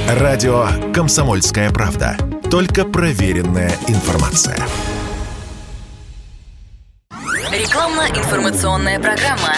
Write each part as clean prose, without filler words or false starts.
Радио «Комсомольская правда». Только проверенная информация. Рекламно-информационная программа.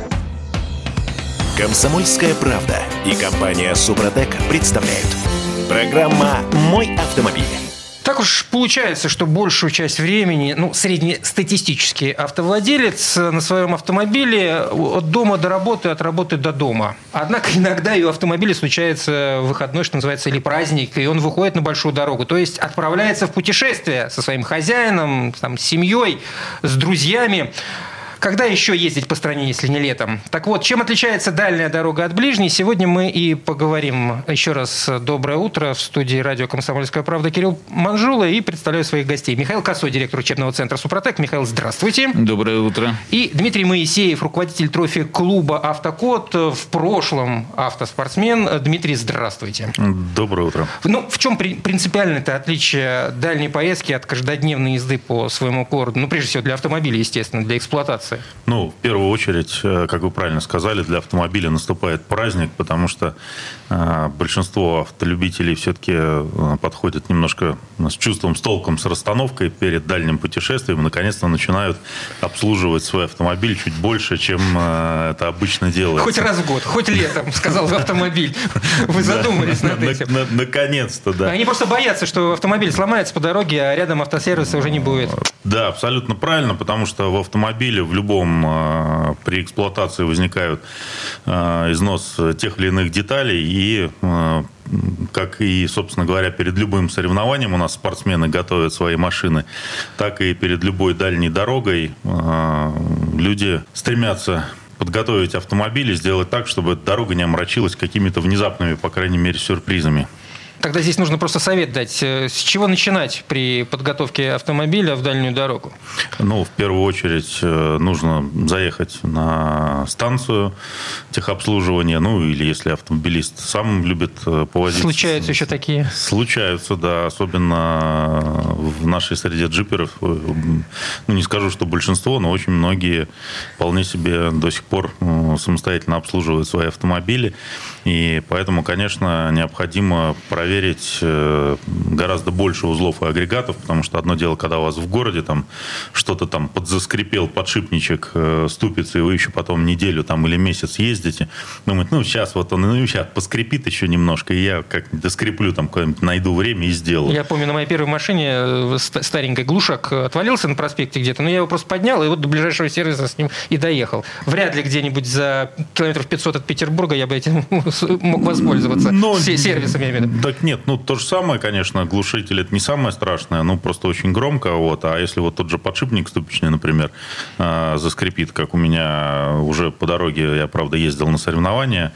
«Комсомольская правда» и компания «Супротек» представляют. Программа «Мой автомобиль». Так уж получается, что большую часть времени, среднестатистический автовладелец на своем автомобиле от дома до работы, от работы до дома. Однако иногда и у автомобиля случается выходной, что называется, или праздник, и он выходит на большую дорогу. То есть отправляется в путешествие со своим хозяином, с семьей, с друзьями. Когда еще ездить по стране, если не летом? Так вот, чем отличается дальняя дорога от ближней, сегодня мы и поговорим. Еще раз доброе утро. В студии радио «Комсомольская правда» Кирилл Манжула, и представляю своих гостей. Михаил Косой, директор учебного центра «Супротек». Михаил, здравствуйте. Доброе утро. И Дмитрий Моисеев, руководитель трофи-клуба «Автокод», в прошлом автоспортсмен. Дмитрий, здравствуйте. Доброе утро. В чем принципиальное-то отличие дальней поездки от каждодневной езды по своему городу? Прежде всего, для автомобиля, естественно, для эксплуатации. В первую очередь, как вы правильно сказали, для автомобиля наступает праздник, потому что большинство автолюбителей все-таки подходят немножко с чувством, с толком, с расстановкой перед дальним путешествием и наконец-то начинают обслуживать свой автомобиль чуть больше, чем это обычно делается. Хоть раз в год, хоть летом, сказал автомобиль. Вы задумались над этим. Наконец-то, да. Они просто боятся, что автомобиль сломается по дороге, а рядом автосервиса уже не будет. Да, абсолютно правильно, потому что в автомобиле в любом при эксплуатации возникают износ тех или иных деталей, и как и, собственно говоря, перед любым соревнованием у нас спортсмены готовят свои машины, так и перед любой дальней дорогой люди стремятся подготовить автомобиль и сделать так, чтобы дорога не омрачилась какими-то внезапными, по крайней мере, сюрпризами. Тогда здесь нужно просто совет дать. С чего начинать при подготовке автомобиля в дальнюю дорогу? В первую очередь нужно заехать на станцию техобслуживания, или если автомобилист сам любит повозиться. Случаются еще такие? Случаются, да, особенно в нашей среде джиперов. Не скажу, что большинство, но очень многие вполне себе до сих пор самостоятельно обслуживают свои автомобили. И поэтому, конечно, необходимо проверить гораздо больше узлов и агрегатов, потому что одно дело, когда у вас в городе что-то подзаскрипел подшипничек, ступица, и вы еще потом неделю или месяц ездите, думаете, сейчас он сейчас поскрипит еще немножко, и я как-нибудь доскреплю, куда-нибудь найду время и сделаю. Я помню, на моей первой машине старенькой глушак отвалился на проспекте где-то, но я его просто поднял, и до ближайшего сервиса с ним и доехал. Вряд ли где-нибудь за километров 500 от Петербурга я бы этим мог воспользоваться. Сервисом, я имею в виду. Нет, то же самое, конечно, глушитель это не самое страшное, просто очень громко, а если тот же подшипник ступичный, например, заскрипит, как у меня уже по дороге, я, правда, ездил на соревнования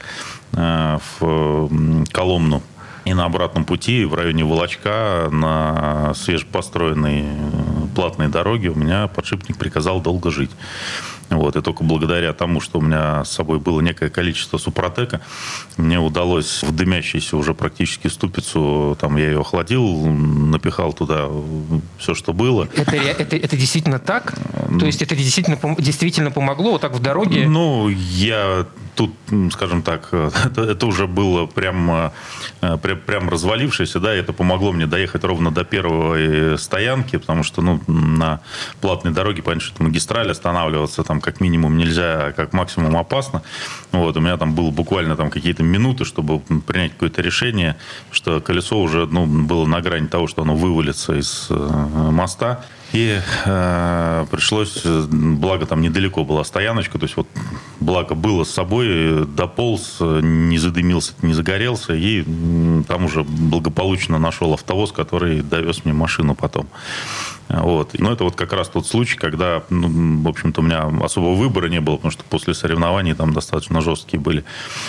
в Коломну, и на обратном пути в районе Волочка на свежепостроенной платной дороге у меня подшипник приказал долго жить. И только благодаря тому, что у меня с собой было некое количество Супротека, мне удалось в дымящуюся уже практически ступицу, я ее охладил, напихал туда все, что было. Это действительно так? То есть это действительно помогло вот так в дороге? Я тут, скажем так, это уже было прям развалившееся, да, это помогло мне доехать ровно до первой стоянки, потому что, на платной дороге, понятно, что магистраль, останавливаться как минимум нельзя, как максимум опасно. У меня было буквально какие-то минуты, чтобы принять какое-то решение, что колесо уже, было на грани того, что оно вывалится из моста. И пришлось, благо недалеко была стояночка, то есть благо было с собой, дополз, не задымился, не загорелся, и там уже благополучно нашел автовоз, который довез мне машину потом. Но это как раз тот случай, когда, в общем-то, у меня особого выбора не было, потому что после соревнований там достаточно жесткие были.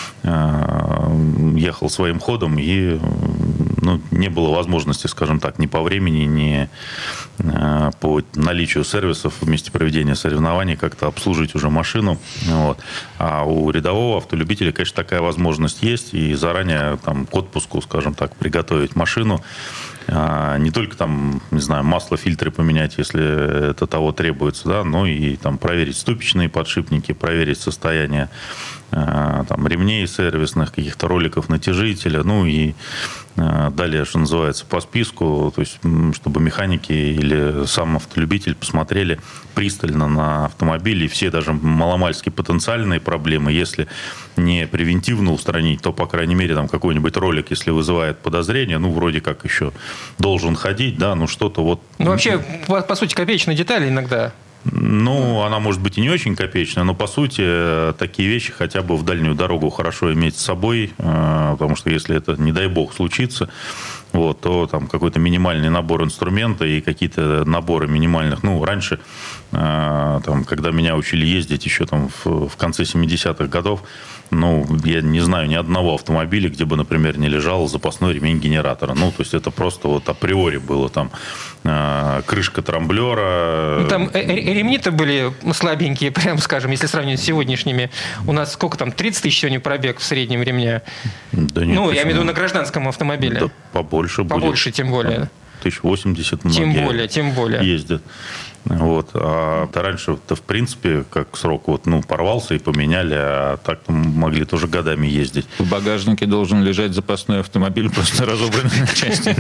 Ехал своим ходом, и не было возможности, скажем так, ни по времени, ни по наличию сервисов в месте проведения соревнований как-то обслужить уже машину. Вот. А у рядового автолюбителя, конечно, такая возможность есть. И заранее там, к отпуску, скажем так, приготовить машину. Не только там, не знаю, масло, фильтры поменять, если это того требуется, да, но и там проверить ступичные подшипники, проверить состояние там, ремней сервисных, каких-то роликов натяжителя, ну и далее, что называется, по списку, то есть, чтобы механики или сам автолюбитель посмотрели пристально на автомобиль, и все даже маломальски потенциальные проблемы, если не превентивно устранить, то, по крайней мере, там какой-нибудь ролик, если вызывает подозрение, ну, вроде как еще должен ходить, да, ну, что-то вот... Ну, вообще, по сути, копеечные детали иногда... Ну, она может быть и не очень копеечная, но, по сути, такие вещи хотя бы в дальнюю дорогу хорошо иметь с собой, потому что если это, не дай бог, случится, вот, то там какой-то минимальный набор инструмента и какие-то наборы минимальных. Ну, раньше, там, когда меня учили ездить еще там в конце 70-х годов, ну, я не знаю ни одного автомобиля, где бы, например, не лежал запасной ремень генератора. Ну, то есть это просто вот априори было там крышка трамблера. Ну, там ремни-то были слабенькие, прям скажем, если сравнивать с сегодняшними. У нас сколько там, 30 тысяч сегодня пробег в среднем ремня? Да нет, ну, я имею в виду на гражданском автомобиле. Да побольше будет. Побольше, тем более. 1080 многие тем более. ездят. Вот. А раньше-то, в принципе, как срок, вот, ну, порвался и поменяли, а так могли тоже годами ездить. В багажнике должен лежать запасной автомобиль, просто разобранный на части.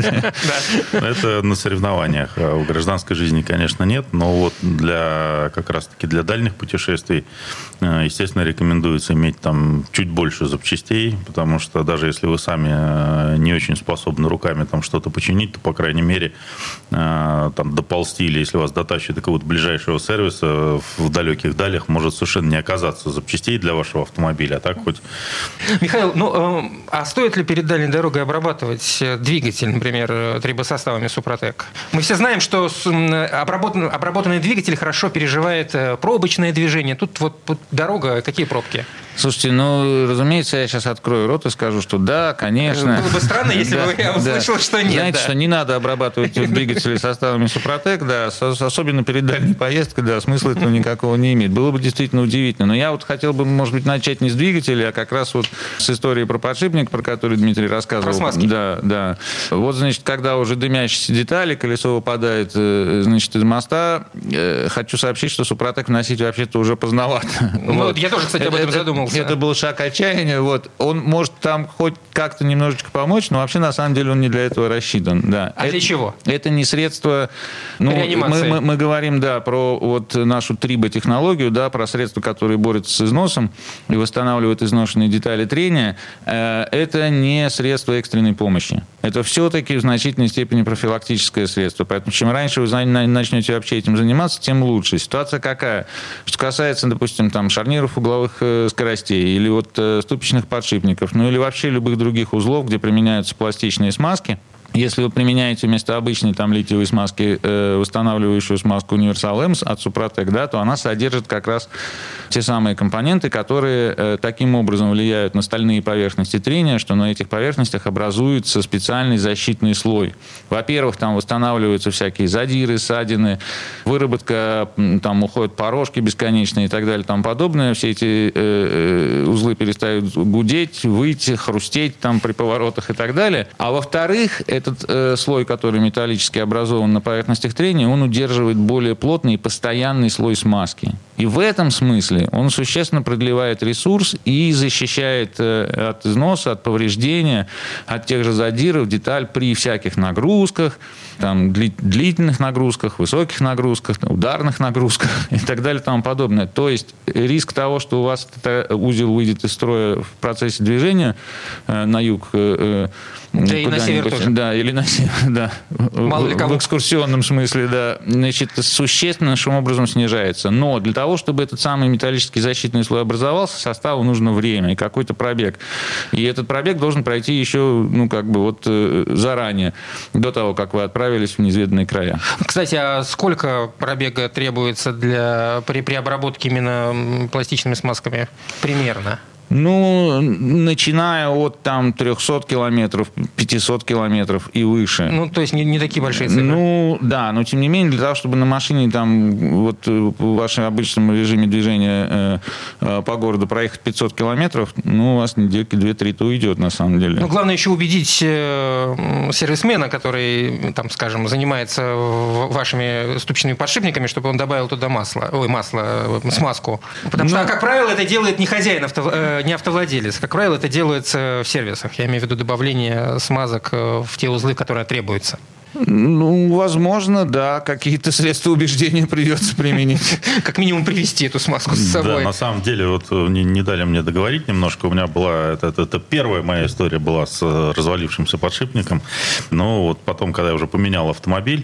Это на соревнованиях. В гражданской жизни, конечно, нет, но вот как раз-таки для дальних путешествий, естественно, рекомендуется иметь там чуть больше запчастей, потому что даже если вы сами не очень способны руками там что-то починить, то, по крайней мере, там доползти, или если вас дотащит до какого-то ближайшего сервиса в далеких далях, может совершенно не оказаться запчастей для вашего автомобиля, а так хоть... Михаил, ну, а стоит ли перед дальней дорогой обрабатывать двигатель, например, трибосоставами Супротек? Мы все знаем, что обработанный двигатель хорошо переживает пробочное движение. Тут вот дорога, какие пробки? Слушайте, ну, разумеется, я сейчас открою рот и скажу, что да, конечно. Было бы странно, если бы я услышал, что нет. Знаете, что не надо обрабатывать двигатели составами Супротек, да, особенно перед дальней поездкой, да, смысла этого никакого не имеет. Было бы действительно удивительно. Но я вот хотел бы, может быть, начать не с двигателя, а как раз вот с истории про подшипник, про который Дмитрий рассказывал. Про смазки. Да. Вот, значит, когда уже дымящиеся детали, колесо выпадает, значит, из моста, хочу сообщить, что Супротек вносить вообще-то уже поздновато. Ну, вот. Я тоже, кстати, об этом задумался. Это был шаг отчаяния. Вот. Он может там хоть как-то немножечко помочь, но вообще, на самом деле, он не для этого рассчитан. Да. А для чего? Это не средство... Ну, мы говорим, да, про вот нашу трибо-технологию, да, про средства, которые борются с износом и восстанавливают изношенные детали трения. Это не средство экстренной помощи. Это все-таки в значительной степени профилактическое средство. Поэтому чем раньше вы начнете вообще этим заниматься, тем лучше. Ситуация какая? Что касается, допустим, там, шарниров угловых скоростей или вот ступичных подшипников, ну или вообще любых других узлов, где применяются пластичные смазки. Если вы применяете вместо обычной там литиевой смазки восстанавливающую смазку Universal M от Супротек, да, то она содержит как раз те самые компоненты, которые таким образом влияют на стальные поверхности трения, что на этих поверхностях образуется специальный защитный слой. Во-первых, там восстанавливаются всякие задиры, ссадины, выработка, там уходят порошки бесконечные и так далее, и тому подобное. Все эти узлы перестают гудеть, выть, хрустеть там при поворотах и так далее. А во-вторых, этот слой, который металлически образован на поверхностях трения, он удерживает более плотный и постоянный слой смазки. И в этом смысле он существенно продлевает ресурс и защищает от износа, от повреждения, от тех же задиров деталь при всяких нагрузках, там, длительных нагрузках, высоких нагрузках, ударных нагрузках и так далее и тому подобное. То есть риск того, что у вас этот узел выйдет из строя в процессе движения на юг, да и на север тоже. Да, или на север, да. Мало ли кого. В экскурсионном смысле, да. Значит, существеннейшим образом снижается. Но для того, чтобы этот самый металлический защитный слой образовался, составу нужно время и какой-то пробег. И этот пробег должен пройти еще, ну, как бы вот заранее, до того, как вы отправились в неизведанные края. Кстати, а сколько пробега требуется при обработке именно пластичными смазками? Примерно. Ну, начиная от там 300 километров, 500 километров и выше. Ну, то есть не такие большие цифры. Ну, да, но тем не менее, для того, чтобы на машине там вот в вашем обычном режиме движения по городу проехать 500 километров, ну, у вас недельки 2-3-то уйдет, на самом деле. Ну, главное еще убедить сервисмена, который, там, скажем, занимается вашими ступичными подшипниками, чтобы он добавил туда смазку. Потому что, как правило, это делает не хозяин не автовладелец. Как правило, это делается в сервисах. Я имею в виду добавление смазок в те узлы, которые требуются. Ну, возможно, да. Какие-то средства убеждения придется применить. Как минимум привезти эту смазку с собой. Да, на самом деле, вот не дали мне договорить немножко. У меня была... Это первая моя история была с развалившимся подшипником. Но вот потом, когда я уже поменял автомобиль,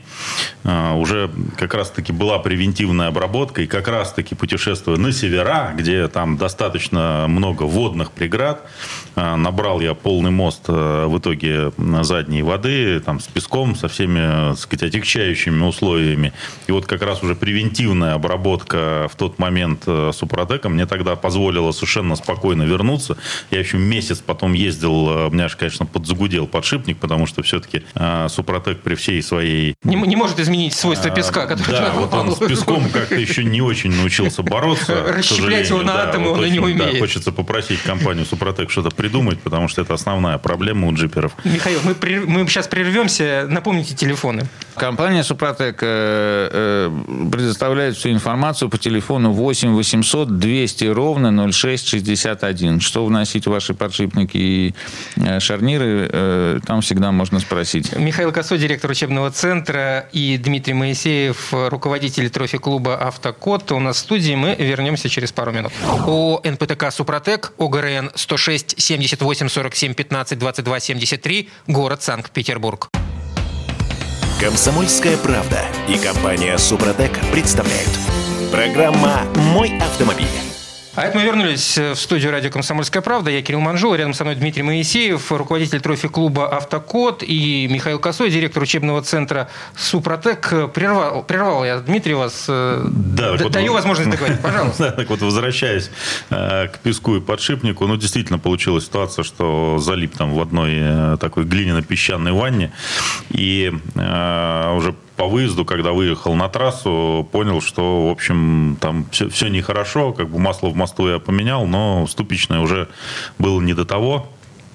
уже как раз-таки была превентивная обработка. И как раз-таки, путешествуя на севера, где там достаточно много водных преград, набрал я полный мост в итоге задней воды, там, с песком, со всеми, так сказать, отягчающими условиями. И вот как раз уже превентивная обработка в тот момент Супротека мне тогда позволила совершенно спокойно вернуться. Я еще месяц потом ездил, у меня же, конечно, подзагудел подшипник, потому что все-таки Супротек при всей своей... Не может изменить свойства песка, который... Да, вот он с песком как-то еще не очень научился бороться. Расщеплять его на атомы он и не умеет. Да, хочется попросить компанию Супротек что-то придумать, потому что это основная проблема у джиперов. Михаил, мы сейчас прервемся. Напомните телефоны. Компания Супротек предоставляет всю информацию по телефону 8 800 200 ровно 0661. Что вносить в ваши подшипники и шарниры, там всегда можно спросить. Михаил Косой, директор учебного центра, и Дмитрий Моисеев, руководитель трофи-клуба «Автокод» у нас в студии. Мы вернемся через пару минут. ООО «НПТК Супротек», ОГРН 106 78 47 15 22 73, город Санкт-Петербург. «Комсомольская правда» и компания «Супротек» представляют. Программа «Мой автомобиль». А это мы вернулись в студию радио «Комсомольская правда». Я Кирилл Манжул, рядом со мной Дмитрий Моисеев, руководитель трофи-клуба «Автокод», и Михаил Косой, директор учебного центра «Супротек». Прервал я, Дмитрий, вас. Да, даю возможность договорить, пожалуйста. Так вот, возвращаясь к песку и подшипнику, ну, действительно получилась ситуация, что залип там в одной такой глиняно-песчаной ванне, и уже по выезду, когда выехал на трассу, понял, что, в общем, там все нехорошо, как бы масло в мосту я поменял, но ступичное уже было не до того.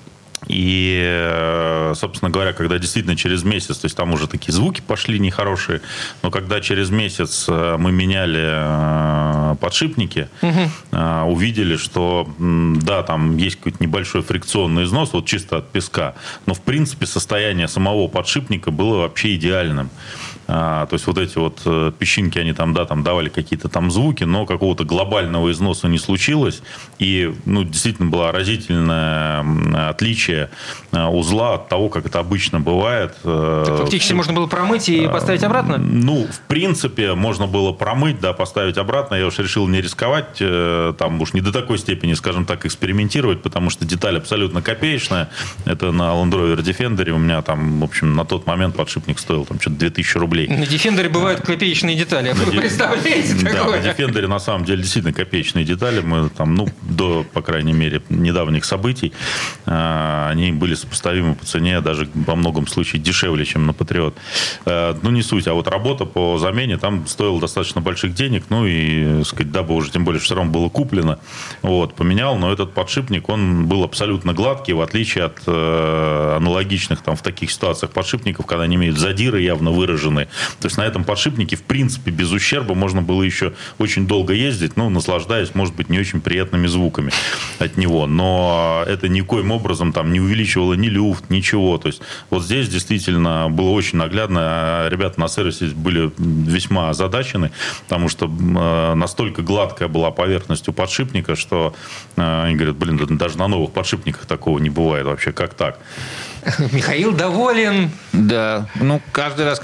И, собственно говоря, когда действительно через месяц, то есть там уже такие звуки пошли нехорошие, но когда через месяц мы меняли подшипники, увидели, что, да, там есть какой-то небольшой фрикционный износ, вот чисто от песка, но, в принципе, состояние самого подшипника было вообще идеальным. То есть вот эти вот песчинки, они там, да, там давали какие-то там звуки, но какого-то глобального износа не случилось. И, ну, действительно было разительное отличие узла от того, как это обычно бывает. Так, фактически можно было промыть и поставить обратно? Ну, в принципе, можно было промыть, да, поставить обратно. Я уж решил не рисковать, там уж не до такой степени, скажем так, экспериментировать, потому что деталь абсолютно копеечная. Это на Land Rover Defender. У меня там, в общем, на тот момент подшипник стоил там что-то 2000 рублей. На Defender бывают копеечные детали. Вы представляете такое? Да, на Defender на самом деле действительно копеечные детали. Мы там, ну, до, по крайней мере, недавних событий, они были сопоставимы по цене, даже во многом случае дешевле, чем на Patriot. Ну, не суть. А вот работа по замене там стоила достаточно больших денег. Ну, и, так сказать, дабы уже, тем более, все равно было куплено. Вот, поменял. Но этот подшипник, он был абсолютно гладкий, в отличие от аналогичных там в таких ситуациях подшипников, когда они имеют задиры явно выраженные. То есть на этом подшипнике, в принципе, без ущерба можно было еще очень долго ездить, ну, наслаждаясь, может быть, не очень приятными звуками от него. Но это никоим образом там не увеличивало ни люфт, ничего. То есть вот здесь действительно было очень наглядно. Ребята на сервисе были весьма озадачены, потому что настолько гладкая была поверхность у подшипника, что они говорят, блин, даже на новых подшипниках такого не бывает вообще. Как так? Михаил доволен. Да. Ну, каждый раз, когда я слышу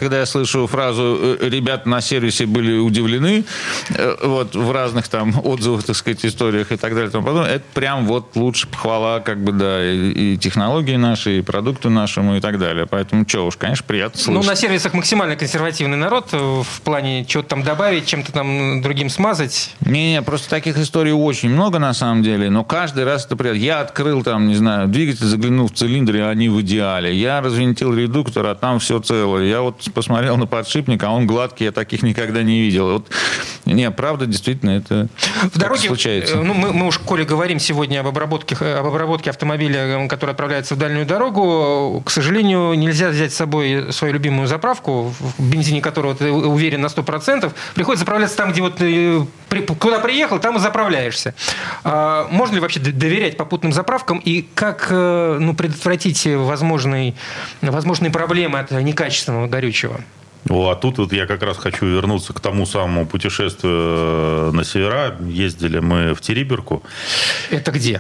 слышу фразу «ребята на сервисе были удивлены», вот, в разных там отзывах, так сказать, историях и так далее и тому подобное, это прям вот лучше похвала, как бы, да, и технологии наши, и продукту нашему, и так далее. Поэтому, что уж, конечно, приятно слышать. Ну, на сервисах максимально консервативный народ в плане чего-то там добавить, чем-то там другим смазать. Не, просто таких историй очень много, на самом деле, но каждый раз это приятно. Я открыл там, не знаю, двигатель, заглянул в цилиндры, они в идеале. Я развинтил редуктор, а там все целое. Я вот посмотрел на подшипник, а он гладкий, я таких никогда не видел. Вот, не, правда, действительно, это в дороге случается. Ну, мы уж, коли говорим сегодня об обработке автомобиля, который отправляется в дальнюю дорогу, к сожалению, нельзя взять с собой свою любимую заправку, в бензине которого ты уверен на 100%. Приходится заправляться там, где вот куда приехал, там и заправляешься. Можно ли вообще доверять попутным заправкам? И как предотвратить возможные проблемы от некачественного горючего? А тут вот я как раз хочу вернуться к тому самому путешествию на севера. Ездили мы в Териберку. Это где?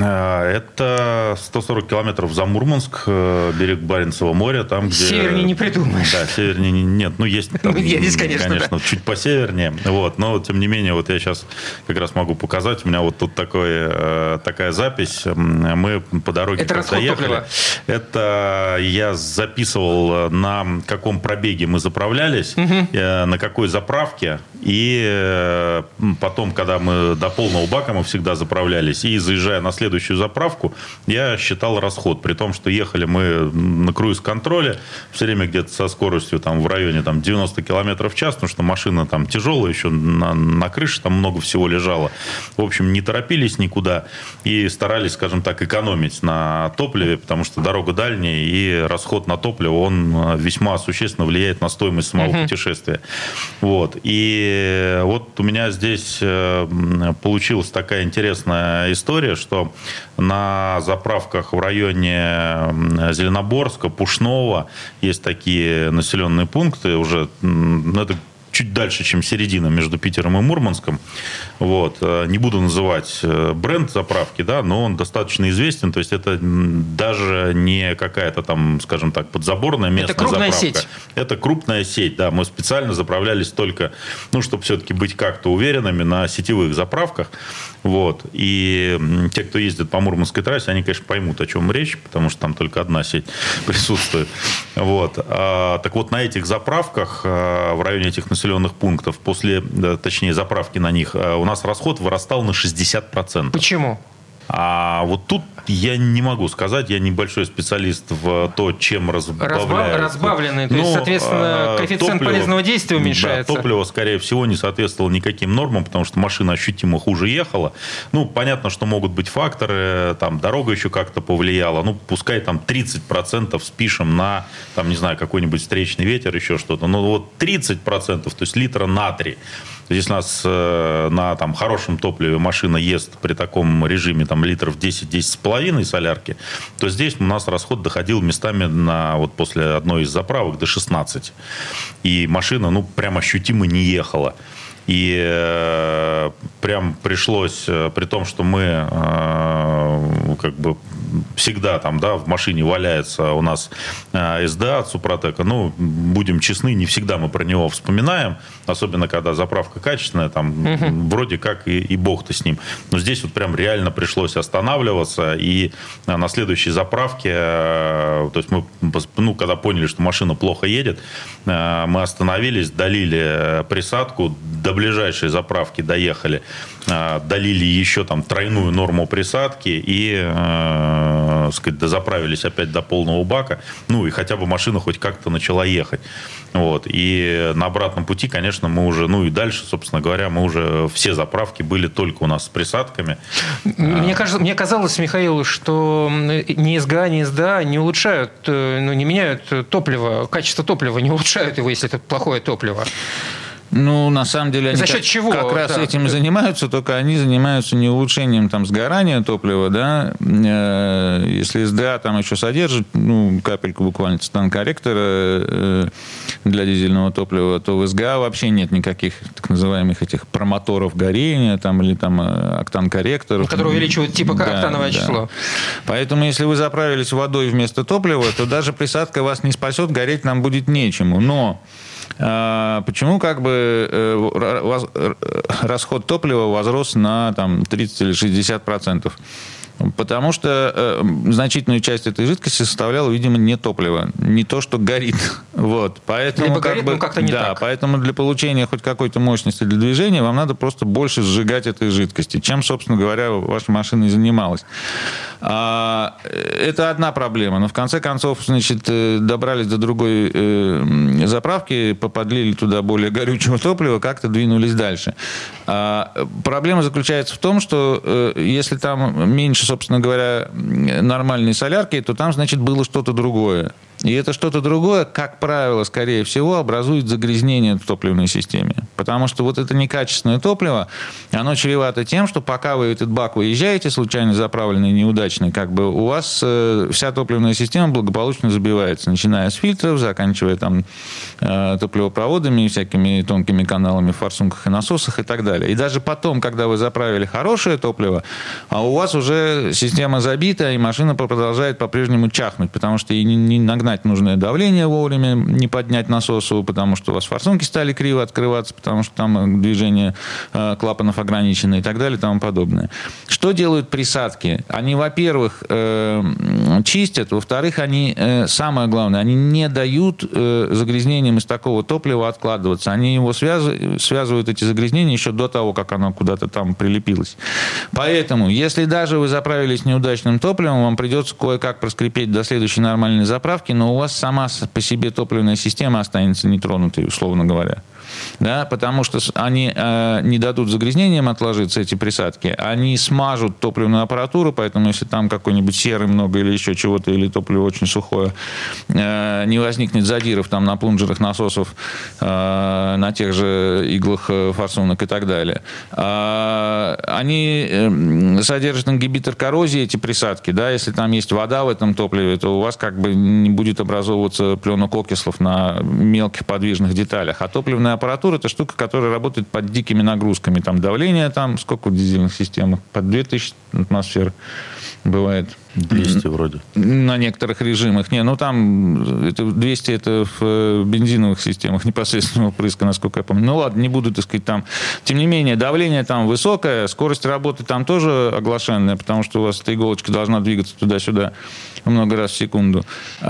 Это 140 километров за Мурманск, берег Баренцева моря. Там, где... Севернее не придумаешь. Да, севернее нет. Ну, есть там, есть, конечно, да. чуть посевернее. Вот. Но, тем не менее, вот я сейчас как раз могу показать. У меня вот тут такая запись. Мы по дороге доехали. Это я записывал, на каком пробеге мы заправлялись, на какой заправке. И потом, когда мы до полного бака мы всегда заправлялись, и заезжая на следующую заправку, я считал расход, при том, что ехали мы на круиз-контроле все время где-то со скоростью там, в районе там, 90 км в час, потому что машина там тяжелая, еще на крыше там много всего лежало. В общем, не торопились никуда и старались, скажем так, экономить на топливе, потому что дорога дальняя, и расход на топливо, он весьма существенно влияет на стоимость самого путешествия. Вот. И вот у меня здесь получилась такая интересная история, что на заправках в районе Зеленоборска, Пушного есть такие населенные пункты, уже это чуть дальше, чем середина между Питером и Мурманском. Вот. Не буду называть бренд заправки, да, но он достаточно известен. То есть это даже не какая-то там, скажем так, подзаборная местная заправка. Это крупная сеть. Это крупная сеть, да. Мы специально заправлялись только, чтобы все-таки быть как-то уверенными на сетевых заправках. Вот. И те, кто ездит по Мурманской трассе, они, конечно, поймут, о чем речь, потому что там только одна сеть присутствует. Вот. Так вот, на этих заправках, в районе этих населенных пунктов, точнее, заправки на них, у нас расход вырастал на 60%. Почему? А вот тут я не могу сказать, я небольшой специалист в то, чем разбавляют. Разбавленный, то есть, соответственно, коэффициент полезного действия уменьшается. Да, топливо, скорее всего, не соответствовало никаким нормам, потому что машина ощутимо хуже ехала. Ну, понятно, что могут быть факторы, там, дорога еще как-то повлияла, ну, пускай там 30% спишем на, там, не знаю, какой-нибудь встречный ветер, еще что-то, но вот 30%, то есть литра на 3. Здесь у нас на там, хорошем топливе машина ест при таком режиме там, литров 10-10,5 солярки, то здесь у нас расход доходил местами вот после одной из заправок до 16. И машина прям ощутимо не ехала. И прям пришлось, при том, что мы как бы всегда там, да, в машине валяется у нас СДА от Супротека, будем честны, не всегда мы про него вспоминаем, особенно когда заправка качественная, там вроде как и бог-то с ним. Но здесь вот прям реально пришлось останавливаться, и на следующей заправке, то есть мы, когда поняли, что машина плохо едет, мы остановились, долили присадку, до ближайшей заправки доехали, долили еще там тройную норму присадки и, сказать, дозаправились опять до полного бака, и хотя бы машина хоть как-то начала ехать. Вот. И на обратном пути, конечно, мы уже, и дальше, собственно говоря, мы уже все заправки были только у нас с присадками. Мне казалось, Михаил, что ни СГА, ни СДА не улучшают, не меняют топливо, качество топлива, не улучшают его, если это плохое топливо. На самом деле, они за счет чего? Как раз этим занимаются, только они занимаются не улучшением там, сгорания топлива, да. Если СДА там еще содержит, капельку буквально цитан-корректора для дизельного топлива, то в СГА вообще нет никаких так называемых этих промоторов горения там, или там октан-корректоров. Которые увеличивают типа октановое число. Поэтому, если вы заправились водой вместо топлива, то даже присадка вас не спасет, гореть нам будет нечему. Но Почему расход топлива возрос на 30 или 60%? Потому что значительную часть этой жидкости составляла, видимо, не топливо, не то, что горит. Вот. Поэтому, либо горит, но как-то не так. Поэтому для получения хоть какой-то мощности для движения вам надо просто больше сжигать этой жидкости, чем, собственно говоря, ваша машина и занималась. Это одна проблема. Но в конце концов, добрались до другой заправки, подлили туда более горючего топлива, как-то двинулись дальше. Проблема заключается в том, что если там меньше, собственно говоря, нормальной солярки, то там, значит, было что-то другое. И это что-то другое, как правило, скорее всего, образует загрязнение в топливной системе. Потому что вот это некачественное топливо, оно чревато тем, что пока вы этот бак выезжаете, случайно заправленный, неудачный, у вас вся топливная система благополучно забивается, начиная с фильтров, заканчивая топливопроводами, всякими тонкими каналами в форсунках и насосах и так далее. И даже потом, когда вы заправили хорошее топливо, а у вас уже система забита, и машина продолжает по-прежнему чахнуть, потому что ей не нагнать нужное давление вовремя, не поднять насосу, потому что у вас форсунки стали криво открываться, потому что там движение клапанов ограничено и так далее и тому подобное. Что делают присадки? Они, во-первых, чистят, во-вторых, они, самое главное, они не дают загрязнениям из такого топлива откладываться. Они его связывают, эти загрязнения, еще до того, как оно куда-то там прилепилось. Поэтому, если даже вы заправились неудачным топливом, вам придется кое-как проскрипеть до следующей нормальной заправки, но у вас сама по себе топливная система останется нетронутой, условно говоря. Да, потому что они не дадут загрязнениям отложиться, эти присадки, они смажут топливную аппаратуру, поэтому если там какой-нибудь серы много или еще чего-то, или топливо очень сухое, не возникнет задиров там на плунжерах насосов, на тех же иглах форсунок и так далее. Они содержат ингибитор коррозии, эти присадки, да, если там есть вода в этом топливе, то у вас не будет образовываться пленок окислов на мелких подвижных деталях, а топливная аппаратура – это штука, которая работает под дикими нагрузками. Там давление, сколько в дизельных системах? Под 2000 атмосфер бывает. 200 вроде. На некоторых режимах. Там 200 это в бензиновых системах непосредственного впрыска, насколько я помню. Ладно, не буду, там. Тем не менее, давление там высокое, скорость работы там тоже оглашенная, потому что у вас эта иголочка должна двигаться туда-сюда много раз в секунду.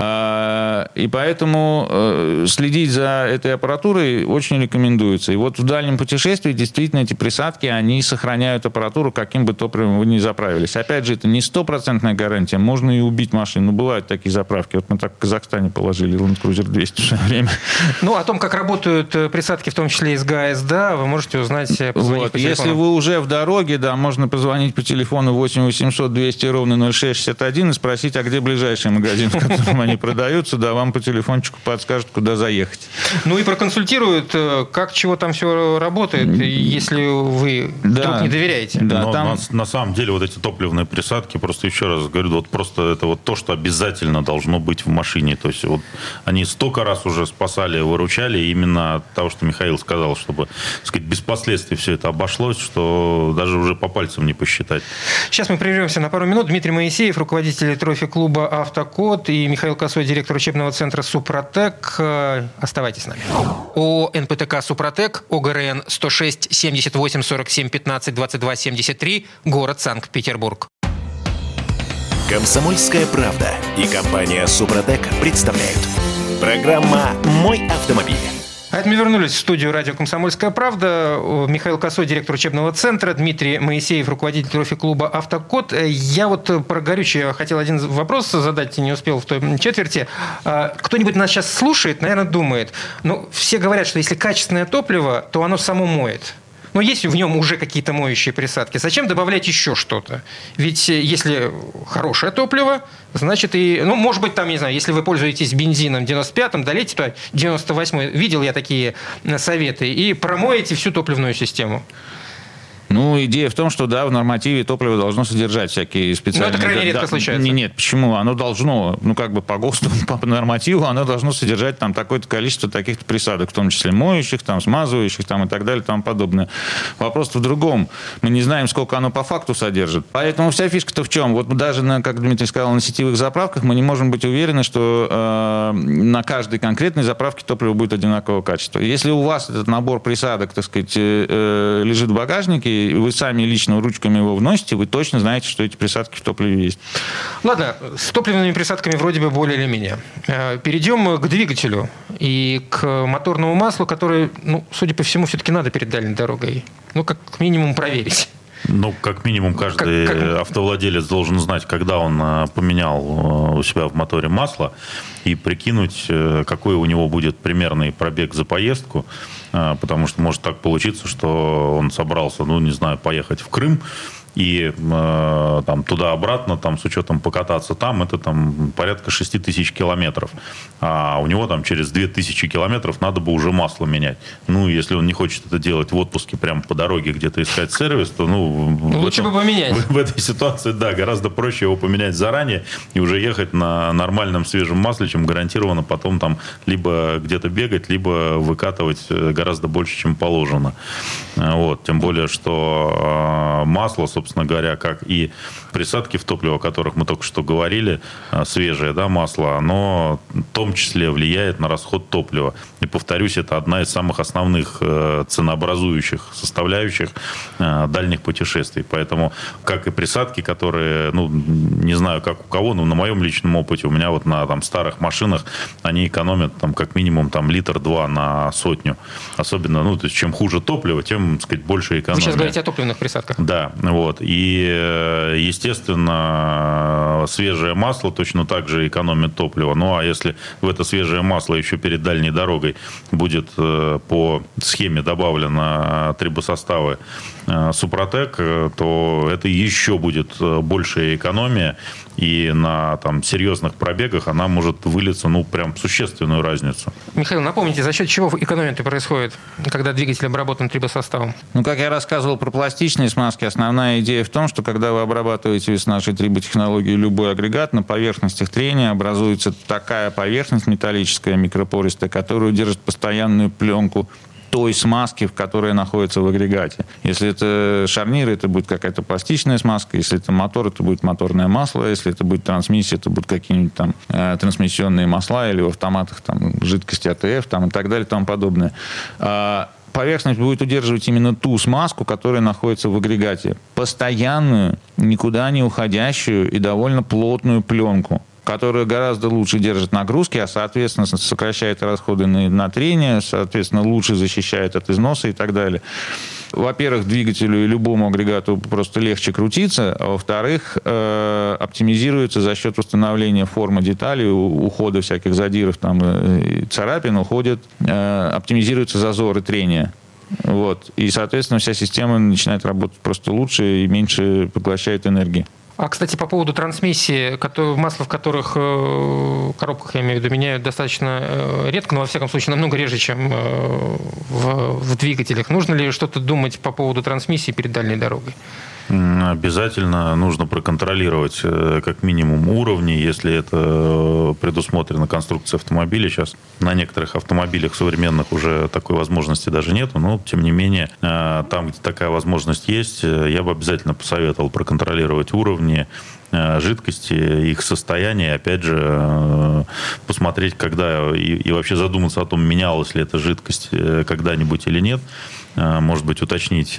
И поэтому следить за этой аппаратурой очень рекомендуется. И вот в дальнем путешествии действительно эти присадки, они сохраняют аппаратуру, каким бы топливом вы ни заправились. Опять же, это не 100% гарантия. Можно и убить машину. Бывают такие заправки. Вот мы так в Казахстане положили Land Cruiser 200 в свое время. О том, как работают присадки, в том числе из ГАЭС, вы можете узнать, позвонив по телефону. Если вы уже в дороге, можно позвонить по телефону 8 800 200 ровно 0661 и спросить, а где ближайший магазин, в котором они продаются, вам по телефончику подскажут, куда заехать. И проконсультируют, как, чего там все работает, если вы вдруг не доверяете. Да, на самом деле, вот эти топливные присадки, просто еще раз говорю, просто это то, что обязательно должно быть в машине. То есть они столько раз уже спасали, выручали именно от того, что Михаил сказал, чтобы, без последствий все это обошлось, что даже уже по пальцам не посчитать. Сейчас мы прервемся на пару минут. Дмитрий Моисеев, руководитель трофи-клуба «Автокод», и Михаил Косой, директор учебного центра «Супротек». Оставайтесь с нами. ООО «НПТК Супротек», ОГРН 106 78 47 15 22 73, город Санкт-Петербург. «Комсомольская правда» и компания «Супротек» представляют. Программа «Мой автомобиль». А это мы вернулись в студию радио «Комсомольская правда». Михаил Косой, директор учебного центра, Дмитрий Моисеев, руководитель трофи-клуба «Автокод». Я про горючее хотел один вопрос задать, не успел в той четверти. Кто-нибудь нас сейчас слушает, наверное, думает, все говорят, что если качественное топливо, то оно само моет. Но есть в нем уже какие-то моющие присадки. Зачем добавлять еще что-то? Ведь если хорошее топливо, значит и... может быть, там, не знаю, если вы пользуетесь бензином 95-м, долейте туда 98-й. Видел я такие советы. И промоете всю топливную систему. Ну, идея в том, что, да, в нормативе топливо должно содержать всякие специальные... Но это крайне редко случается. Нет, почему? Оно должно, по ГОСТу, по нормативу, оно должно содержать там такое-то количество таких-то присадок, в том числе моющих, там, смазывающих, там, и так далее, и тому подобное. Вопрос в другом. Мы не знаем, сколько оно по факту содержит. Поэтому вся фишка-то в чем? Вот даже, как Дмитрий сказал, на сетевых заправках мы не можем быть уверены, что на каждой конкретной заправке топливо будет одинакового качества. Если у вас этот набор присадок, так сказать, лежит в багажнике, вы сами лично ручками его вносите, вы точно знаете, что эти присадки в топливе есть. Ладно, с топливными присадками вроде бы более или менее. Перейдем к двигателю и к моторному маслу, которое, судя по всему, все-таки надо перед дальней дорогой. Как минимум проверить. Как минимум, каждый автовладелец должен знать, когда он поменял у себя в моторе масло, и прикинуть, какой у него будет примерный пробег за поездку, потому что может так получиться, что он собрался, поехать в Крым, и туда-обратно, с учетом покататься там, это порядка 6 тысяч километров. А у него через 2000 километров надо бы уже масло менять. Если он не хочет это делать в отпуске прямо по дороге где-то искать сервис, то лучше бы поменять. В этой ситуации, да, гораздо проще его поменять заранее и уже ехать на нормальном свежем масле, чем гарантированно потом либо где-то бегать, либо выкатывать гораздо больше, чем положено. Тем более, что масло, собственно говоря, как и присадки в топливо, о которых мы только что говорили, свежее, масло, оно в том числе влияет на расход топлива. И, повторюсь, это одна из самых основных ценообразующих составляющих дальних путешествий. Поэтому, как и присадки, которые, не знаю, как у кого, но на моем личном опыте, у меня на старых машинах они экономят как минимум литр-два на сотню. Особенно, то есть, чем хуже топливо, тем, больше экономия. Вы сейчас говорите о топливных присадках. Да, И, естественно, свежее масло точно так же экономит топливо. А если в это свежее масло еще перед дальней дорогой будет по схеме добавлено трибосоставы Супротек, то это еще будет большая экономия. И на серьезных пробегах она может вылиться, прям в существенную разницу. Михаил, напомните, за счет чего экономия происходит, когда двигатель обработан трибосоставом? Как я рассказывал про пластичные смазки, основная идея в том, что когда вы обрабатываете с нашей триботехнологией любой агрегат, на поверхностях трения образуется такая поверхность металлическая, микропористая, которая держит постоянную пленку той смазки, которая находится в агрегате. Если это шарниры, это будет какая-то пластичная смазка. Если это мотор, это будет моторное масло. Если это будет трансмиссия, это будут какие-нибудь трансмиссионные масла или в автоматах жидкости АТФ и так далее и тому подобное. Поверхность будет удерживать именно ту смазку, которая находится в агрегате. Постоянную, никуда не уходящую и довольно плотную пленку, которая гораздо лучше держит нагрузки, а, соответственно, сокращает расходы на трение, соответственно, лучше защищает от износа и так далее. Во-первых, двигателю и любому агрегату просто легче крутиться, а во-вторых, оптимизируется за счет восстановления формы деталей, ухода всяких задиров, царапин, оптимизируются зазоры трения. И, соответственно, вся система начинает работать просто лучше и меньше поглощает энергии. А, кстати, по поводу трансмиссии, масло в которых, коробках, я имею в виду, меняют достаточно редко, но, во всяком случае, намного реже, чем в двигателях. Нужно ли что-то думать по поводу трансмиссии перед дальней дорогой? Обязательно нужно проконтролировать как минимум уровни, если это предусмотрено конструкцией автомобиля. Сейчас на некоторых автомобилях современных уже такой возможности даже нету, но тем не менее там, где такая возможность есть, я бы обязательно посоветовал проконтролировать уровни жидкости, их состояние, опять же, посмотреть, когда и вообще задуматься о том, менялась ли эта жидкость когда-нибудь или нет. Может быть, уточнить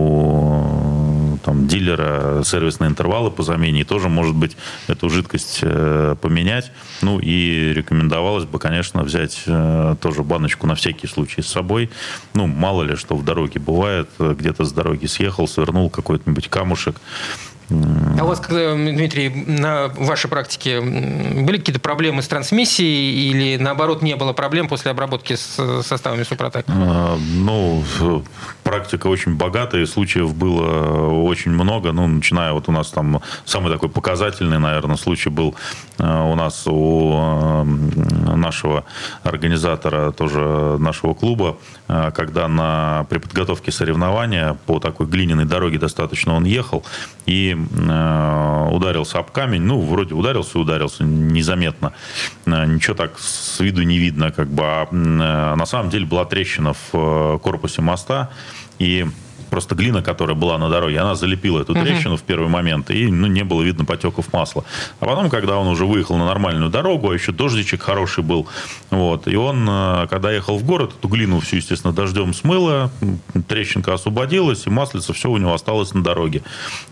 у дилера сервисные интервалы по замене, и тоже, может быть, эту жидкость поменять. И рекомендовалось бы, конечно, взять тоже баночку на всякий случай с собой. Мало ли, что в дороге бывает, где-то с дороги съехал, свернул какой-нибудь камушек. А у вас, Дмитрий, на вашей практике были какие-то проблемы с трансмиссией или, наоборот, не было проблем после обработки с составами Супротек? Ну, практика очень богатая, случаев было очень много. Ну, начиная вот у нас там самый такой показательный, наверное, случай был у нас у нашего организатора, тоже нашего клуба, когда при подготовке соревнования по такой глиняной дороге достаточно он ехал и ударился об камень. Ну, вроде ударился незаметно. Ничего так с виду не видно, как бы. А на самом деле была трещина в корпусе моста, и просто глина, которая была на дороге, она залепила эту трещину в первый момент, и не было видно потеков масла. А потом, когда он уже выехал на нормальную дорогу, а еще дождичек хороший был, вот, и он, когда ехал в город, эту глину всю, естественно, дождем смыло, трещинка освободилась, и маслица все у него осталось на дороге.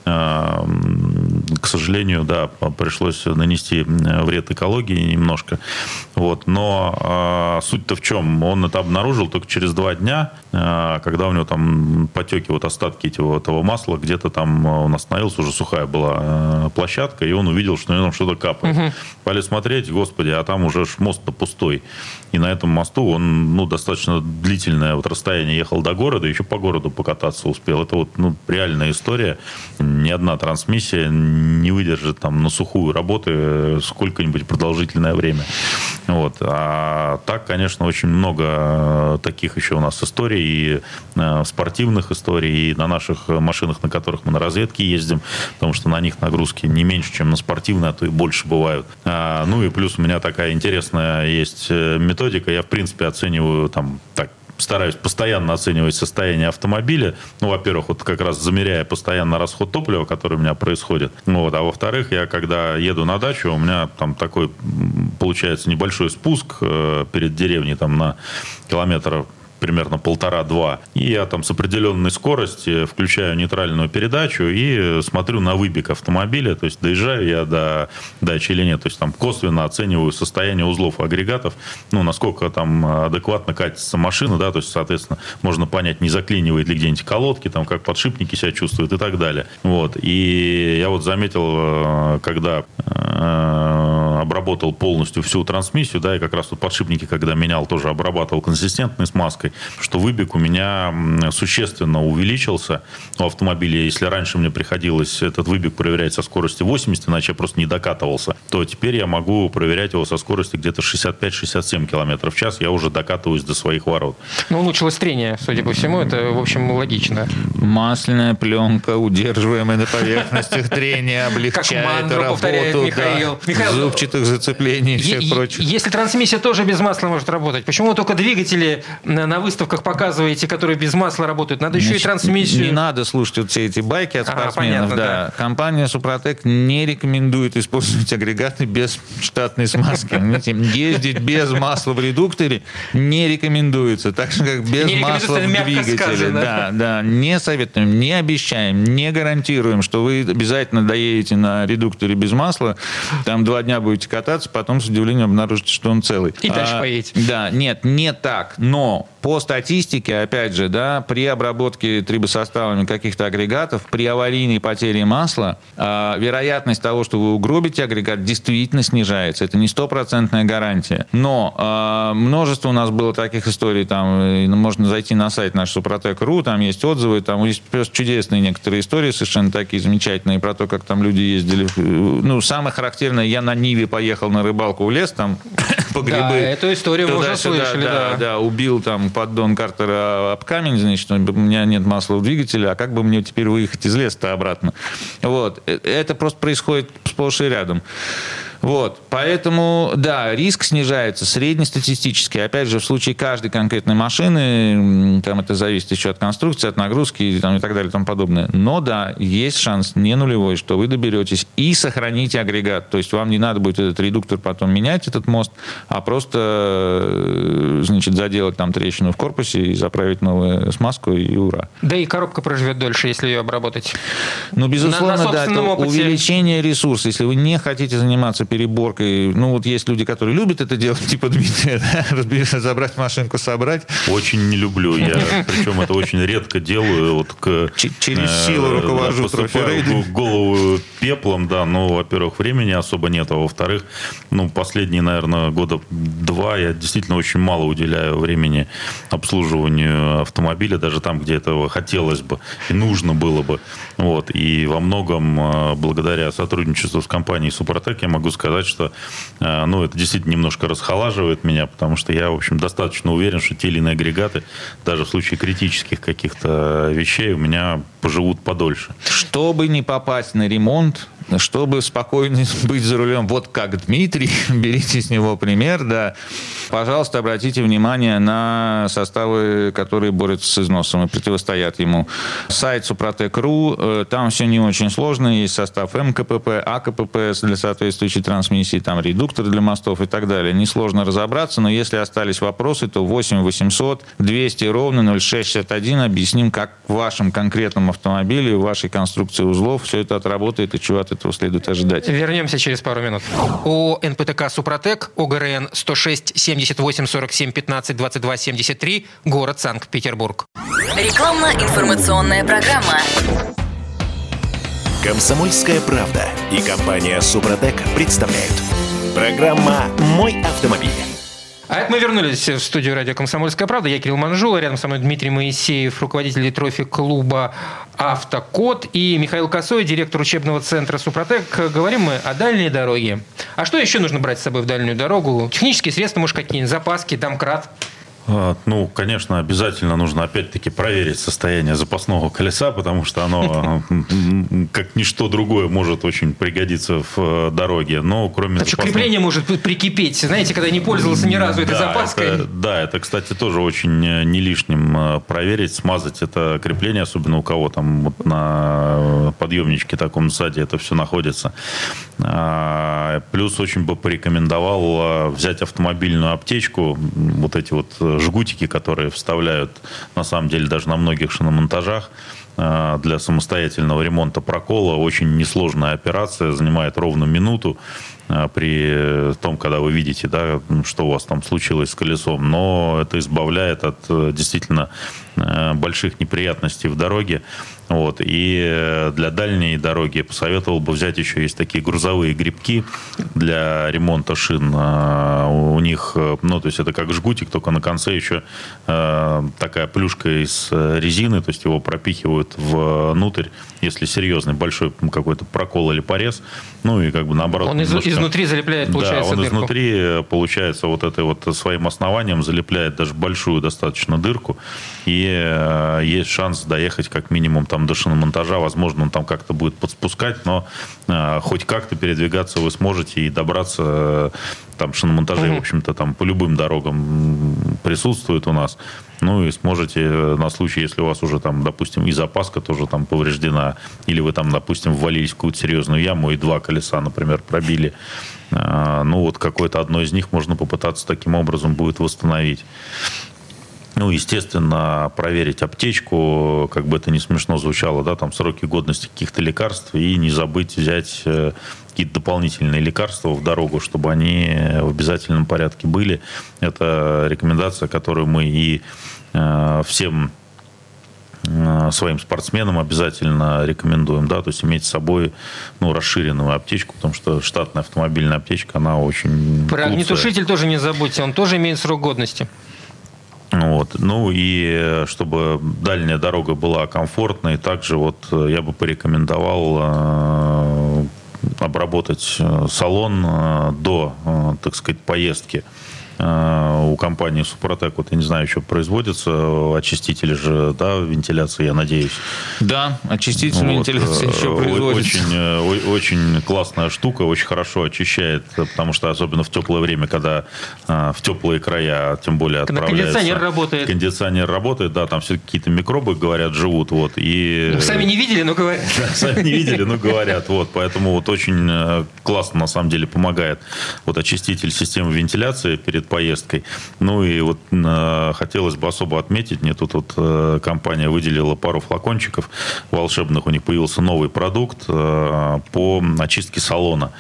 К сожалению, да, пришлось нанести вред экологии немножко. Вот. Но суть-то в чем? Он это обнаружил только через 2 дня, когда у него там потеки, вот остатки этого масла, где-то там он остановился, уже сухая была площадка, и он увидел, что у него там что-то капает. Полез смотреть, господи, а там уже мост-то пустой. И на этом мосту он достаточно длительное вот расстояние ехал до города, еще по городу покататься успел. Это вот реальная история. Ни одна трансмиссия не выдержит там на сухую работы сколько-нибудь продолжительное время. Вот. А так, конечно, очень много таких еще у нас историй, и спортивных историй, и на наших машинах, на которых мы на разведке ездим, потому что на них нагрузки не меньше, чем на спортивные, а то и больше бывают. Ну и плюс у меня такая интересная есть методика. Я, в принципе, оцениваю там так, стараюсь постоянно оценивать состояние автомобиля. Ну, во-первых, вот как раз замеряя постоянно расход топлива, который у меня происходит. Вот. А во-вторых, я когда еду на дачу, у меня там такой получается небольшой спуск перед деревней там на километр примерно 1,5-2. И я там с определенной скорости включаю нейтральную передачу и смотрю на выбег автомобиля. То есть доезжаю я до дачи или нет. То есть там косвенно оцениваю состояние узлов и агрегатов. Ну, насколько там адекватно катится машина, да, то есть, соответственно, можно понять, не заклинивает ли где-нибудь колодки, там, как подшипники себя чувствуют и так далее. Вот. И я вот заметил, когда обработал полностью всю трансмиссию, да, и как раз вот подшипники, когда менял, тоже обрабатывал консистентной смазкой, что выбег у меня существенно увеличился у автомобиля. Если раньше мне приходилось этот выбег проверять со скорости 80, иначе я просто не докатывался, то теперь я могу проверять его со скорости где-то 65-67 км в час. Я уже докатываюсь до своих ворот. Ну, улучшилось трение, судя по всему. Это, в общем, логично. Масляная пленка, удерживаемая на поверхностях трения, облегчает работу зубчатых зацеплений и всех прочих. Если трансмиссия тоже без масла может работать, почему только двигатели на выставках показываете, которые без масла работают? Надо еще и трансмиссию. Не надо слушать вот все эти байки от спортсменов. Понятно, да. Компания Супротек не рекомендует использовать агрегаты без штатной смазки. Ездить без масла в редукторе не рекомендуется. Так же, как без масла в двигателе. Да, не советуем, не обещаем, не гарантируем, что вы обязательно доедете на редукторе без масла, там 2 дня будете кататься, потом с удивлением обнаружите, что он целый. И дальше поедете. Да, нет, не так. Но по статистике, опять же, да, при обработке трибосоставами каких-то агрегатов, при аварийной потере масла, вероятность того, что вы угробите агрегат, действительно снижается. Это не 100% гарантия. Но множество у нас было таких историй, там, можно зайти на сайт наш Супротек.ру, там есть отзывы, там есть просто чудесные некоторые истории, совершенно такие замечательные, про то, как там люди ездили. Ну, самое характерное, я на Ниве поехал на рыбалку в лес, там, по грибы. Да, эту историю мы уже слышали, да, убил там поддон Картера об камень, значит, у меня нет масла в двигателе, а как бы мне теперь выехать из леса-то обратно? Вот. Это просто происходит сплошь и рядом. Вот, поэтому, да, риск снижается среднестатистически. Опять же, в случае каждой конкретной машины, там это зависит еще от конструкции, от нагрузки там, и так далее и тому подобное. Но, да, есть шанс не нулевой, что вы доберетесь и сохраните агрегат. То есть вам не надо будет этот редуктор потом менять, этот мост, а просто, значит, заделать там трещину в корпусе и заправить новую смазку, и ура. Да и коробка проживет дольше, если ее обработать. Ну, безусловно, да, это увеличение ресурса. Если вы не хотите заниматься переборкой. Ну, вот есть люди, которые любят это делать, типа Дмитрия, да? Забрать машинку, собрать. Очень не люблю. Причем это очень редко делаю. Вот через силу руковожу посыпаю голову пеплом, да, но, во-первых, времени особо нет, а во-вторых, последние, наверное, года 2 я действительно очень мало уделяю времени обслуживанию автомобиля, даже там, где этого хотелось бы и нужно было бы. Вот. И во многом благодаря сотрудничеству с компанией «Супротек» я могу сказать, что это действительно немножко расхолаживает меня, потому что я, в общем, достаточно уверен, что те или иные агрегаты, даже в случае критических каких-то вещей, у меня поживут подольше. Чтобы не попасть на ремонт, чтобы спокойно быть за рулем, вот как Дмитрий, берите с него пример, да. Пожалуйста, обратите внимание на составы, которые борются с износом и противостоят ему. Сайт Супротек.ру, там все не очень сложно, есть состав МКПП, АКПП для соответствующей трансмиссии, там редуктор для мостов и так далее. Несложно разобраться, но если остались вопросы, то 8 800 200 ровно 0661 объясним, как в вашем конкретном автомобиле, в вашей конструкции узлов все это отработает и чего от этого следует ожидать. Вернемся через пару минут. ООО «НПТК Супротек», ОГРН 106 78 47 15 22 73, город Санкт-Петербург. Рекламно-информационная программа. «Комсомольская правда» и компания «Супротек» представляют. Программа «Мой автомобиль». А это мы вернулись в студию радио «Комсомольская правда». Я Кирилл Манжула, рядом со мной Дмитрий Моисеев, руководитель трофик-клуба «Автокод», и Михаил Косой, директор учебного центра «Супротек». Говорим мы о дальней дороге. А что еще нужно брать с собой в дальнюю дорогу? Технические средства, может, какие-нибудь, запаски, домкрат? Конечно, обязательно нужно опять-таки проверить состояние запасного колеса, потому что оно, как ничто другое, может очень пригодиться в дороге. Но кроме крепление может прикипеть, знаете, когда не пользовался ни разу этой запаской. Это, кстати, тоже очень не лишним проверить, смазать это крепление, особенно у кого там вот на подъемничке таком сзади это все находится. Плюс очень бы порекомендовал взять автомобильную аптечку, вот эти вот жгутики, которые вставляют, на самом деле, даже на многих шиномонтажах для самостоятельного ремонта прокола. Очень несложная операция, занимает ровно минуту при том, когда вы видите, да, что у вас там случилось с колесом. Но это избавляет от действительно больших неприятностей в дороге. Вот. И для дальней дороги я посоветовал бы взять еще, есть такие грузовые грибки для ремонта шин. У них, то есть это как жгутик, только на конце еще такая плюшка из резины, то есть его пропихивают внутрь, если серьезный большой какой-то прокол или порез. И как бы наоборот. Он изнутри залепляет, получается, дырку. Да, он изнутри, получается, вот этой вот своим основанием залепляет даже большую достаточно дырку. И есть шанс доехать как минимум там до шиномонтажа. Возможно, он там как-то будет подспускать, но хоть как-то передвигаться вы сможете и добраться. Там шиномонтажи, в общем-то, там по любым дорогам присутствуют у нас. И сможете на случай, если у вас уже там, допустим, и запаска тоже там повреждена, или вы там, допустим, ввалились в какую-то серьезную яму и 2 колеса, например, пробили. Какое-то одно из них можно попытаться таким образом будет восстановить. Естественно, проверить аптечку, как бы это ни смешно звучало, да, там сроки годности каких-то лекарств, и не забыть взять какие-то дополнительные лекарства в дорогу, чтобы они в обязательном порядке были. Это рекомендация, которую мы и всем своим спортсменам обязательно рекомендуем, да, то есть иметь с собой расширенную аптечку, потому что штатная автомобильная аптечка, она очень Про огнетушитель тоже не забудьте, он тоже имеет срок годности. И чтобы дальняя дорога была комфортной, также я бы порекомендовал обработать салон до, так сказать, поездки. У компании «Супротек», я не знаю, еще производятся очистители же, да, вентиляции, я надеюсь. Да, очиститель вентиляции еще производится. Очень классная штука, очень хорошо очищает, потому что особенно в теплое время, когда в теплые края, тем более отправляется... Кондиционер работает, да, там все какие-то микробы, говорят, живут. И... Сами не видели, но говорят. Сами не видели, но говорят. Поэтому очень классно, на самом деле, помогает очиститель системы вентиляции перед поездкой. Хотелось бы особо отметить, мне тут компания выделила пару флакончиков волшебных, у них появился новый продукт по очистке салона.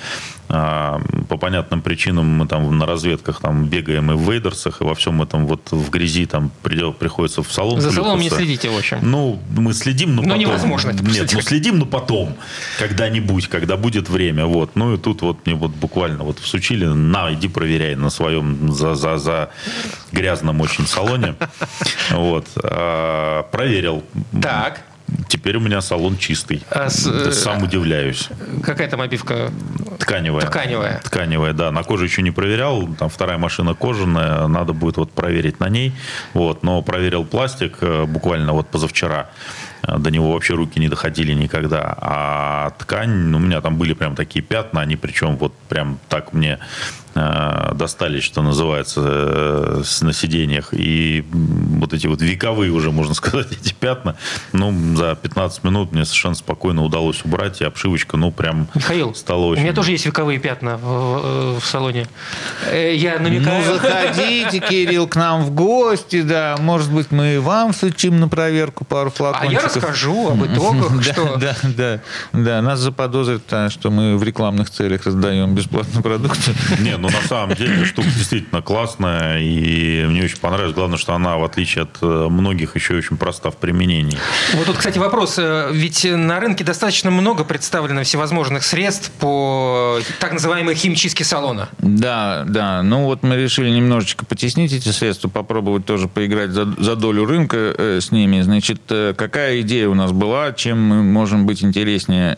по понятным причинам мы там на разведках там бегаем и в вейдерсах, и во всем этом вот в грязи там приходится в салон. За салоном не следите, в общем. Ну, мы следим, но потом. Невозможно. Нет, следим, но потом. Когда-нибудь, когда будет время. Вот. Ну, и тут вот мне вот буквально вот всучили, иди проверяй на своем за грязном очень салоне. Вот. Проверил. Так. Теперь у меня салон чистый. Сам удивляюсь. Какая там обивка? Тканевая. Тканевая, да. На коже еще не проверял. Там вторая машина кожаная. Надо будет вот проверить на ней. Вот. Но проверил пластик буквально вот позавчера. До него вообще руки не доходили никогда. А ткань, у меня там были прям такие пятна. Они причем вот прям так мне достались, что называется, на сиденьях. И вот эти вот вековые уже, можно сказать, эти пятна, за 15 минут мне совершенно спокойно удалось убрать, и обшивочка, прям Михаил, стала очень... у меня тоже есть вековые пятна в салоне. Я намекаю... Заходите, Кирилл, к нам в гости, да. Может быть, мы и вам сучим на проверку пару флакончиков. А я расскажу об итогах, что... Да, нас заподозрят, что мы в рекламных целях раздаем бесплатную продукцию. Не, на самом деле штука действительно классная, и мне очень понравилось. Главное, что она, в отличие от многих, еще очень проста в применении. Вот тут, кстати, вопрос. Ведь на рынке достаточно много представлено всевозможных средств по так называемой химчистке салона. Да. Ну вот мы решили немножечко потеснить эти средства, попробовать тоже поиграть за долю рынка с ними. Значит, какая идея у нас была, чем мы можем быть интереснее,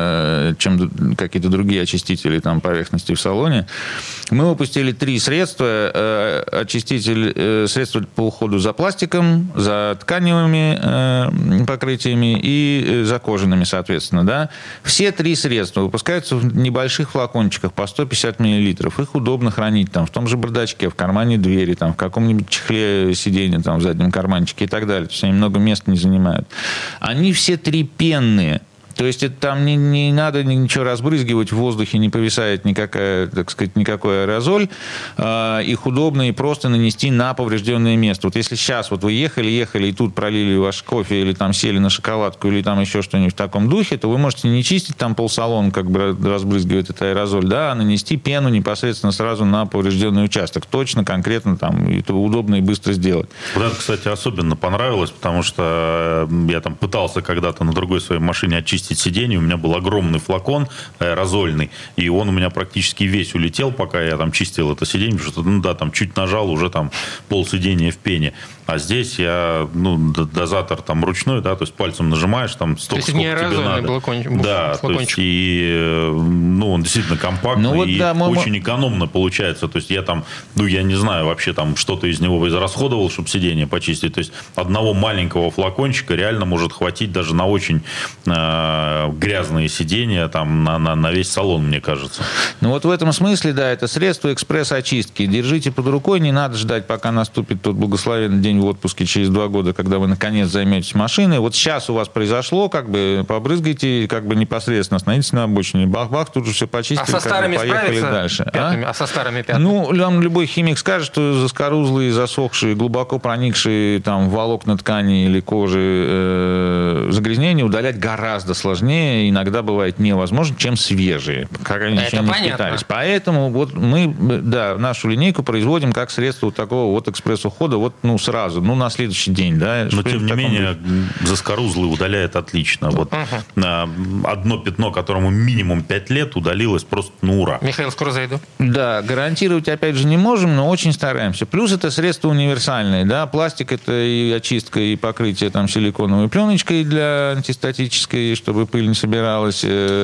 чем какие-то другие очистители там, поверхности в салоне. Мы выпустили 3 средства. Очиститель, средства по уходу за пластиком, за тканевыми покрытиями и за кожаными, соответственно. Да? Все 3 средства выпускаются в небольших флакончиках по 150 мл. Их удобно хранить там, в том же бардачке, в кармане двери, там, в каком-нибудь чехле сиденья, там, в заднем карманчике и так далее. То есть они много места не занимают. Они все 3 пенные. То есть это там не надо ничего разбрызгивать, в воздухе не повисает никакая, так сказать, никакой аэрозоль. Их удобно и просто нанести на поврежденное место. Вот если сейчас вот вы ехали, и тут пролили ваш кофе, или там сели на шоколадку, или там еще что-нибудь в таком духе, то вы можете не чистить там полсалона, как бы разбрызгивать этот аэрозоль, да, а нанести пену непосредственно сразу на поврежденный участок. Точно, конкретно там, это удобно и быстро сделать. Вот это, кстати, особенно понравилось, потому что я там пытался когда-то на другой своей машине очистить сиденье, у меня был огромный флакон аэрозольный, и он у меня практически весь улетел, пока я там чистил это сиденье, потому что, там чуть нажал, уже там пол сиденья в пене. А здесь я, дозатор там ручной, да, то есть пальцем нажимаешь, там столько, сколько тебе надо. Да, то есть, и, он действительно компактный очень экономно получается. То есть я там, я не знаю, вообще там что-то из него израсходовал, чтобы сиденье почистить. То есть одного маленького флакончика реально может хватить даже на очень грязные сиденья, там, на весь салон, мне кажется. Вот в этом смысле, да, это средство экспресс-очистки. Держите под рукой, не надо ждать, пока наступит тот благословенный день в отпуске через 2 года, когда вы наконец займетесь машиной. Вот сейчас у вас произошло, как бы побрызгайте, как бы непосредственно остановитесь на обочине, бах-бах, тут же все почистили, а со старыми поехали дальше. Пятнами, а со старыми пятнами? Вам любой химик скажет, что заскорузлые, засохшие, глубоко проникшие там, в волокна ткани или кожи загрязнения удалять гораздо сложнее, иногда бывает невозможно, чем свежие, как они еще не впитались. Поэтому вот мы, нашу линейку производим как средство вот такого вот экспресс-ухода сразу, на следующий день. Да, но, тем не менее, заскорузлые удаляет отлично. Вот одно пятно, которому минимум 5 лет, удалилось просто ура. Михаил, скоро зайду. Да, гарантировать, опять же, не можем, но очень стараемся. Плюс это средство универсальное. Да? Пластик – это и очистка, и покрытие там, силиконовой пленочкой для антистатической, чтобы пыль не собиралась.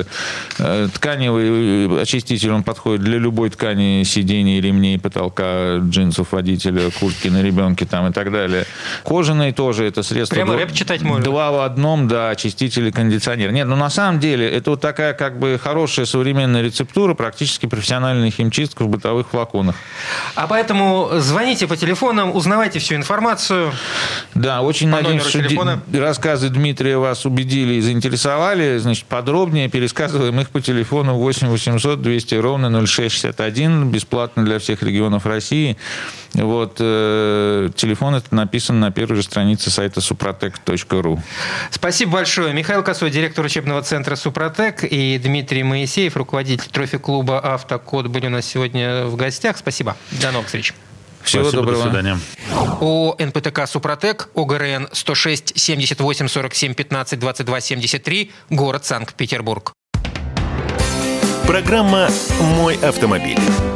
Тканевый очиститель, он подходит для любой ткани сидений, ремней, потолка, джинсов водителя, куртки на ребенке там, и так далее. Кожаный тоже это средство. Прямо рэп читать можно. 2 в 1, да, очиститель и кондиционер. Нет, на самом деле это вот такая как бы хорошая современная рецептура, практически профессиональная химчистка в бытовых флаконах. А поэтому звоните по телефонам, узнавайте всю информацию. Да, очень надеюсь, что рассказы Дмитрия вас убедили и заинтересовали. Значит, подробнее пересказываем их по телефону 8 800 200 ровно 0661, бесплатно для всех регионов России. Вот, телефон это написан на первой же странице сайта suprotec.ru. Спасибо большое. Михаил Косой, директор учебного центра «Супротек», и Дмитрий Моисеев, руководитель трофи-клуба «Автокод», были у нас сегодня в гостях. Спасибо. До новых встреч. Всего доброго. До свидания. ООО «НПТК Супротек», ОГРН 106 78 47 15 22 73, город Санкт-Петербург. Программа «Мой автомобиль».